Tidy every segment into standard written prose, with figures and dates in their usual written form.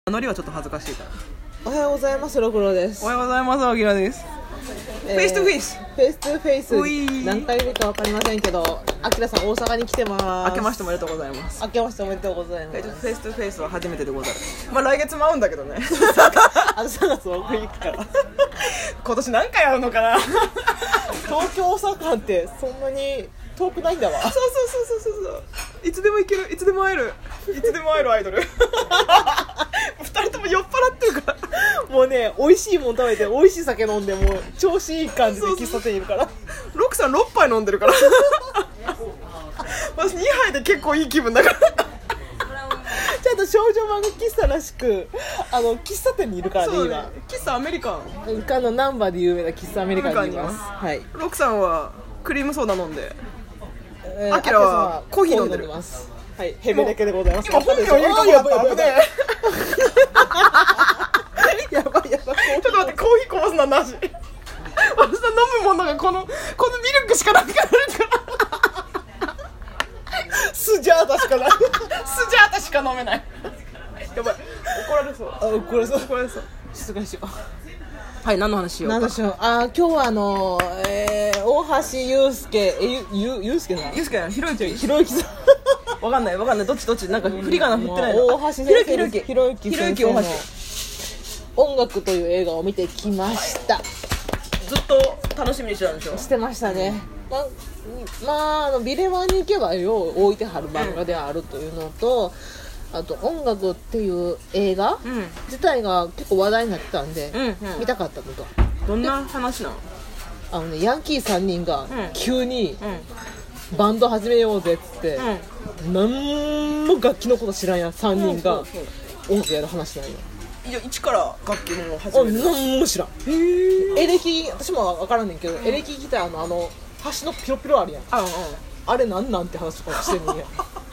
ノリはちょっと恥ずかしいから。 おはようございます、ろくろです。 おはようございます、あきらです。フェイストゥフェイス。 フェイストゥフェイス。何回目か分かりませんけど、あきらさん大阪に来てます。 明けましておめでとうございます。 明けましておめでとうございます。 フェイストゥフェイスは初めてでござる。まあ来月も会うんだけどね。 あと3月送り行くから。 今年何回会うのかな。 東京大阪間ってそんなに遠くないんだわ。 そう。いつでも行ける、いつでも会える、いつでも会えるアイドル。2人とも酔っ払ってるから。 もうね、美味しいもん食べて美味しい酒飲んでもう調子いい感じで喫茶店いるから。 ロクさん6杯飲んでるから。私2杯で結構いい気分だから。 ちゃんと少女漫画喫茶らしく喫茶店にいるからね、今。 喫茶アメリカン。 ナンバーで有名な喫茶アメリカンにいます。はい。 ロクさんはクリームソーダ飲んで、アキラはコーヒー飲んでる。 ます。はい、ヘベレケでございます。 今本名言うとこだった。危ねえ。 やばい。 ちょっと待って、コーヒーこぼすのはなし。私の飲むものがこのミルクしかなくなるから。 スジャータしかない。 スジャータしか飲めない。やばい、怒られそう。 怒られそう。 怒られそう。 静かにしよう。 はい、何の話しようか。 何でしょう。今日は大橋祐介祐介さん。 ゆうすけさん、ひろゆき。 ひろゆきさん。 わかんない。どっちなんか振り仮名振ってないの。 大橋先生です。ひろゆき先生の大橋。 音楽という映画を見てきました。 ずっと楽しみにしてたんでしょ。 してましたね。ビレバンに行けばよう置いてはる漫画であるというのと、あと音楽っていう映画、自体が結構話題になってたんで、見たかったのと。 どんな話なの？ ヤンキー3人が急にバンド始めようぜっつって、何も楽器のこと知らんや3人が音楽やる話なんよ。 いや、一から楽器も始める。 何も知らん。エレキ、私も分からんねんけど、エレキギターの端のピロピロあるやん。あれなんて話とかしてんねんや。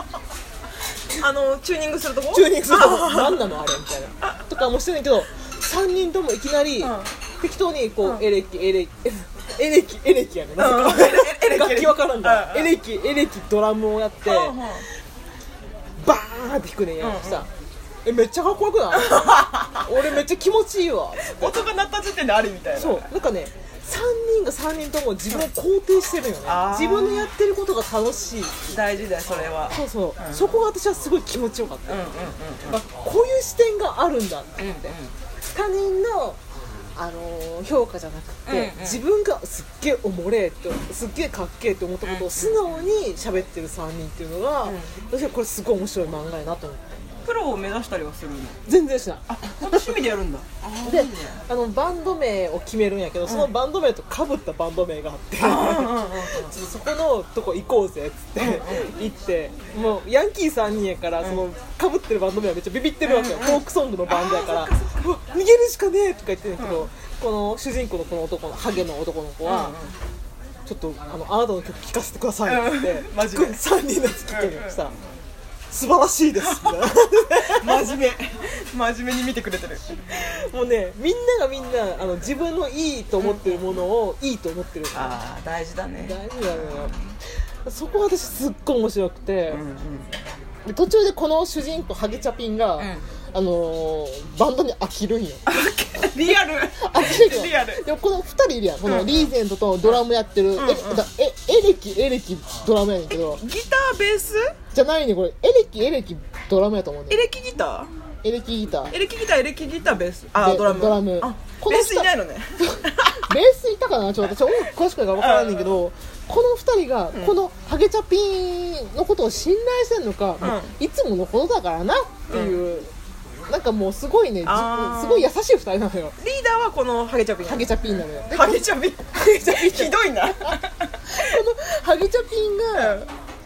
チューニングするとこ？ チューニングするとこ何なのあれみたいなとかもしてんねんけど、3人ともいきなり適当にこうエレキやねん。楽器分からんからエレキドラムをやってバーンって弾くねんや。さめっちゃかっこよくない？俺めっちゃ気持ちいいわ。 音が鳴った時点でありみたいな。 そう、なんかね、3人とも自分を肯定してるよね。自分のやってることが楽しい。 大事だよ、それは。 そう、そこが私はすごい気持ちよかった。こういう視点があるんだって思って、他人の評価じゃなくて、自分がすっげえおもれってすっげえかっけえって思ったことを素直に喋ってる3人っていうのが、私はこれすごい面白い漫画やなと思って。 プロを目指したりはするの？ 全然しない。 趣味でやるんだ。 で、バンド名を決めるんやけど、そのバンド名と被ったバンド名があって、ちょっとそこのとこ行こうぜっつって行って、もうヤンキー3人やから、その被ってるバンド名はめっちゃビビってるわけよ。フォークソングのバンドやから、逃げるしかねえとか言ってるんだけど、この主人公のこの男のハゲの男の子は、ちょっとあなたの曲聴かせてくださいって言って、3人の聴きにしたら素晴らしいですみたいな。 真面目に見てくれてる。 もうね、みんな自分のいいと思ってるものをいいと思ってる。 大事だね。 大事だよ。そこが私すっごい面白くて、途中でこの主人公ハゲチャピンが、バンドに飽きるんよ。 リアル。 でもこの2人いるやん。このリーゼントとドラムやってる、エレキドラムやねんけど、 ギターベースじゃないね、これエレキドラムやと思うね。 エレキギターベース。ドラム。ベースいないのね。 ベースいたかな。私音楽詳しくないから分からんねんけど、この2人がこのハゲチャピンのことを信頼してんのか、いつものことだからなっていう、なんかもうすごいね、すごい優しい2人なのよ。 リーダーはこのハゲチャピンなのよ。ハゲチャピンひどいな。このハゲチャピンが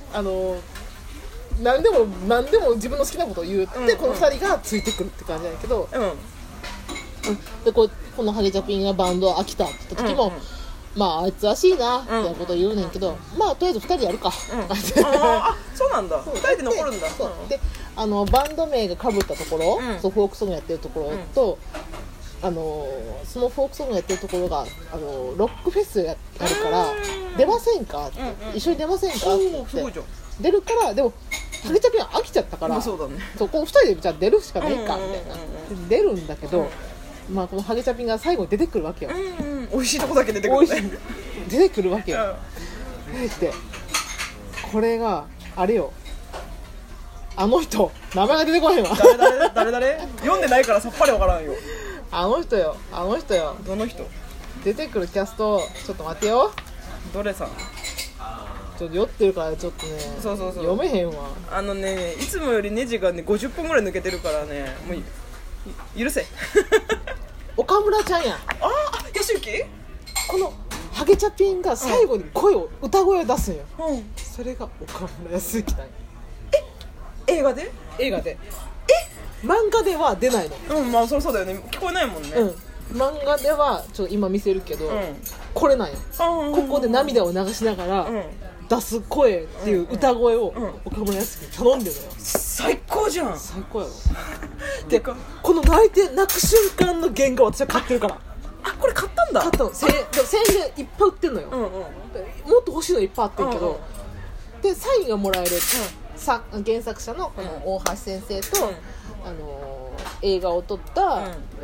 何でも自分の好きなことを言って、この2人がついてくるって感じなんやけど、でこのハゲチャピンがバンド飽きたって言った時も、あいつらしいなみたいなことを言うねんけど、とりあえず2人やるか。 そうなんだ。2人で残るんだ。 でバンド名が被ったところ、フォークソングやってるところと、そのフォークソングやってるところがロックフェスやるから出ませんかって、一緒に出ませんかって言って出るから。でもハゲチャピは飽きちゃったから、 そうだね、 そうこの2人でじゃあ出るしかないかみたいな、出るんだけど、まあ、このハゲチャピが最後に出てくるわけよ、 美味しいとこだけ出てくるね、 出てくるわけよ、出てきて、これがあれよ、あの人名前が出てこないわ、 誰読んでないからさっぱりわからんよ。 あの人よどの人？ 出てくるキャスト、ちょっと待ってよ、 どれさん？ ちょっと酔ってるからちょっとね、 そう読めへんわ。 いつもよりネジがね50本ぐらい抜けてるからね、もう許せ。 岡村ちゃんやん。 よしゆき？ このハゲチャピンが最後に歌声を出すんよ、 うんそれが岡村康之なんよ。 映画で？ 映画で。漫画では出ないの。 まあそうだよね、聞こえないもんね。 漫画ではちょっと今見せるけど、これなんよ、ここで涙を流しながら出す声っていう歌声を岡村康之に頼んでるのよ。 最高じゃん。 最高やろ。でこの泣く瞬間の原画を私は買ってるから。 これ買ったんだ。 買ったの。1000円でいっぱい売ってんのよ、もっと欲しいのいっぱいあってんけど、でサインがもらえる、原作者のこの大橋先生と、映画を撮った、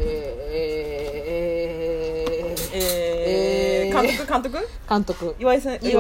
監督岩井沢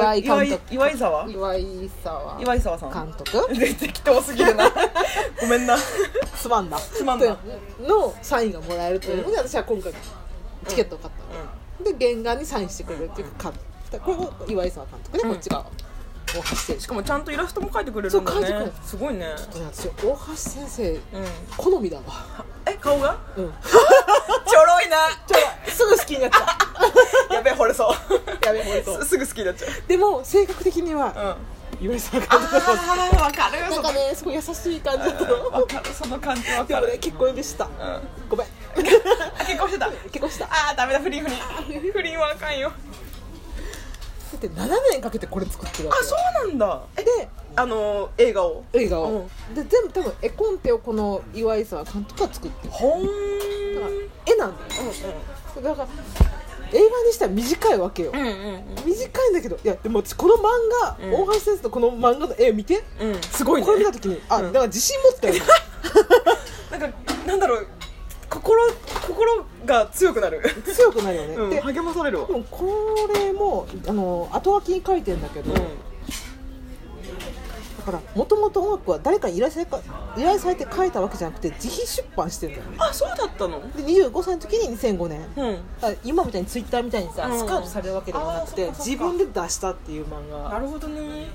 さん監督適当すぎるなごめんなすまんなのサインがもらえるというので、私は今回チケットを買ったの、で原画にサインしてくれるっていうか、これも岩井沢監督で、こっちが大橋先生。 しかもちゃんとイラストも描いてくれるんだね。すごいね。 私大橋先生、好みだわ。 顔がちょろいな。 すぐ好きになっちゃうやべえ惚れそうすぐ好きになっちゃう。 でも性格的には岩井さんがわかる。 なんかねすごい優しい感じだったの。 わかる、その感じわかる。 でもね結婚でした、ごめん結婚したダメだ、不倫はあかんよ。 だって7年かけてこれ作ってるわけよ。 そうなんだ。で映画をで全部多分絵コンテをこの岩井沢監督が作ってる。だから絵なんだよ、だから映画にしたら短いわけよ、短いんだけど、いやでも私この漫画、大橋先生とこの漫画の絵見て、すごいね。これ見た時にだから自信持ってたよなんだろう、心が強くなるよね、 励まされるわ。 これも後書きに書いてんだけど、だからもともと音楽は誰かに依頼されて書いたわけじゃなくて自費出版してるんだよね。 そうだったの。 で25歳の時に2005年、今みたいにツイッターみたいにさ、スカウトされるわけでもなくて、自分で出したっていう漫画。 なるほどね。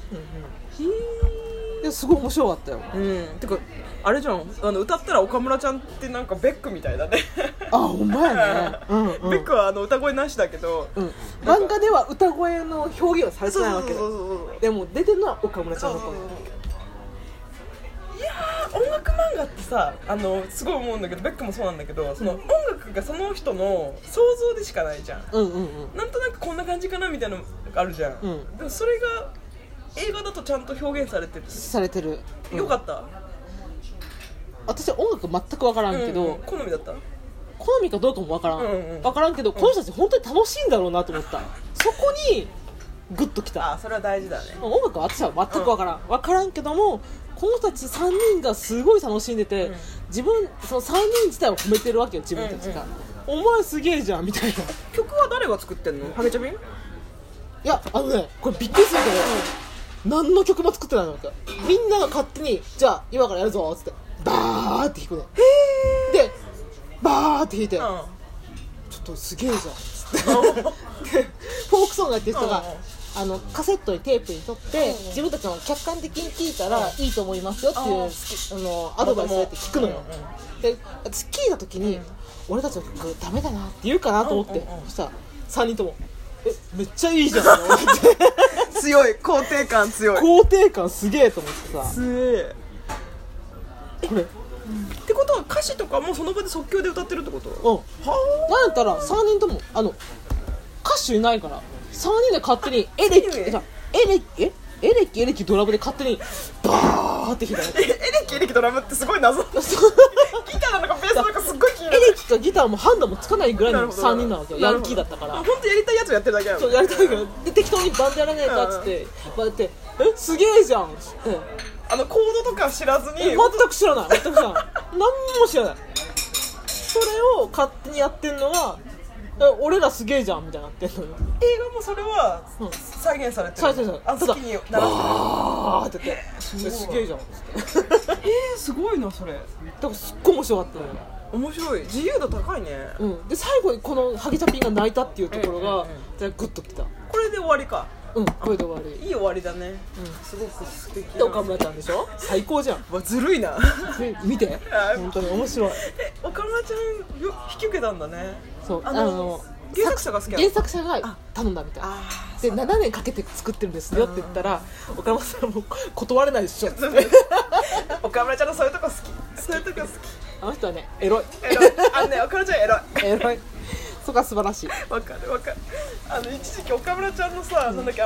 すごい面白かったよ。 てかあれじゃん、歌ったら岡村ちゃんってなんかベックみたいだね。 ほんまやね。 ベックは歌声なしだけど、 漫画では歌声の表現はされてないわけでも出てるのは岡村ちゃんの声。 いやー、音楽漫画ってさ、すごい思うんだけど、ベックもそうなんだけど、その音楽がその人の想像でしかないじゃん。なんとなくこんな感じかなみたいなのがあるじゃん。でもそれが映画だとちゃんと表現されてる。よかった。 私は音楽全く分からんけど、 好みだった。 好みかどうかも分からん、分からんけど、この人たち本当に楽しいんだろうなと思った。そこにグッときた。 それは大事だね。 音楽は私は全く分からんけども、この人たち3人がすごい楽しんでて、その3人自体を褒めてるわけよ、自分たちが。お前すげえじゃんみたいな。 曲は誰が作ってんの？ハゲチャピン？ いやこれびっくりするけど、何の曲も作ってないのか。みんなが勝手にじゃあ今からやるぞっつってバーって弾くね。でバーって弾いて、ちょっとすげえじゃんっつってフォークソングやってる人がカセットにテープに取って、自分たちの客観的に聴いたらいいと思いますよっていうアドバイスをやって聞くのよ。で私聴いた時に、俺たちの曲ダメだなって言うかなと思って、そしたら3人ともめっちゃいいじゃんって思って強い、肯定感強い、 肯定感すげえと思ってさ。 すげえ。これってことは歌詞とかもその場で即興で歌ってるってこと？ なんやったら3人とも歌手いないから3人で勝手にエレキドラムで勝手にバーって弾いたの。 エレキドラムってすごい謎。ギターなのかベースなのかすっごい気になる。 エレクかギターも判断もつかないぐらいのなるほど 3人なわけよ。ヤンキーだったから本当やりたいやつをやってるだけやろ。 そうやりたいけどで適当にバンドやらねえかっつってバンドやってすげえじゃんっつってコードとか知らずに全く知らない全く知らない何も知らないそれを勝手にやってんのは俺らすげえじゃんみたいになってんのよ。 映画もそれは再現されてる、好きにならあーって言ってすげえじゃんっつってすごいなそれ。 だからすっごい面白かったのよ。 面白い、自由度高いね。 で最後にこのハゲチャピンが泣いたっていうところがじゃあグッときた。 これで終わりか。 これで終わり。 いい終わりだね。すごく素敵。 で岡村ちゃんでしょ、最高じゃん。 わずるいな見て本当に面白い。 岡村ちゃん引き受けたんだね。 そう原作者が好きなの。 原作者が頼んだみたいで7年かけて作ってるんですよって言ったら岡村さんも断れないでしょって岡村ちゃんのそういうとこ好き、そういうとこ好き。 あの人はねエロい岡村ちゃんエロいエロいそこは素晴らしい。 わかる一時期岡村ちゃんのさ、なんだっけ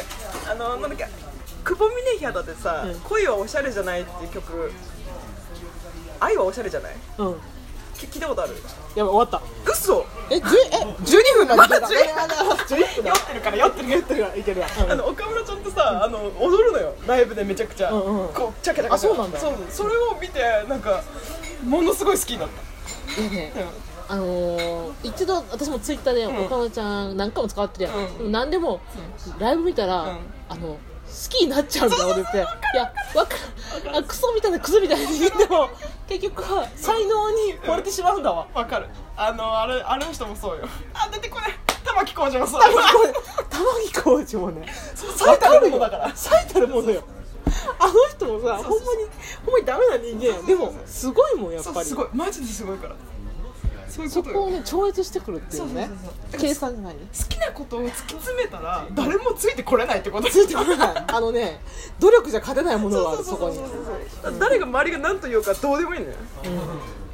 久保峰ヒャダでさ、恋はおしゃれじゃないっていう曲、愛はおしゃれじゃない、聞いたことある？ やばい終わった。 嘘 12分までまだ12分だ。酔ってるからいけるわ。岡村ちゃんとさ踊るのよライブでめちゃくちゃ、こうチャカチャカ。 あ、そうなんだ。 それを見てなんかものすごい好きになった。 いやね、一度私もツイッターで岡村ちゃん何回も使ってるやん、でも何でもライブ見たら、好きになっちゃうんだ俺って。いやクソみたいなクズみたいに言っても結局は才能に惚れてしまうんだわ。 わかる。あの人もそうよ。出てこない。玉置浩二もそう。 玉置浩二もね最たるものだから。 最たるものよ。あの人もさほんまにダメな人間やん。でもすごいもんやっぱり。 すごいマジですごいから。 そこをね超越してくるっていうね。計算じゃない。好きなことを突き詰めたら誰もついてこれないってこと。 ついてこれない。努力じゃ勝てないものがあるそこに。 誰が周りが何と言おうかどうでもいいのよ。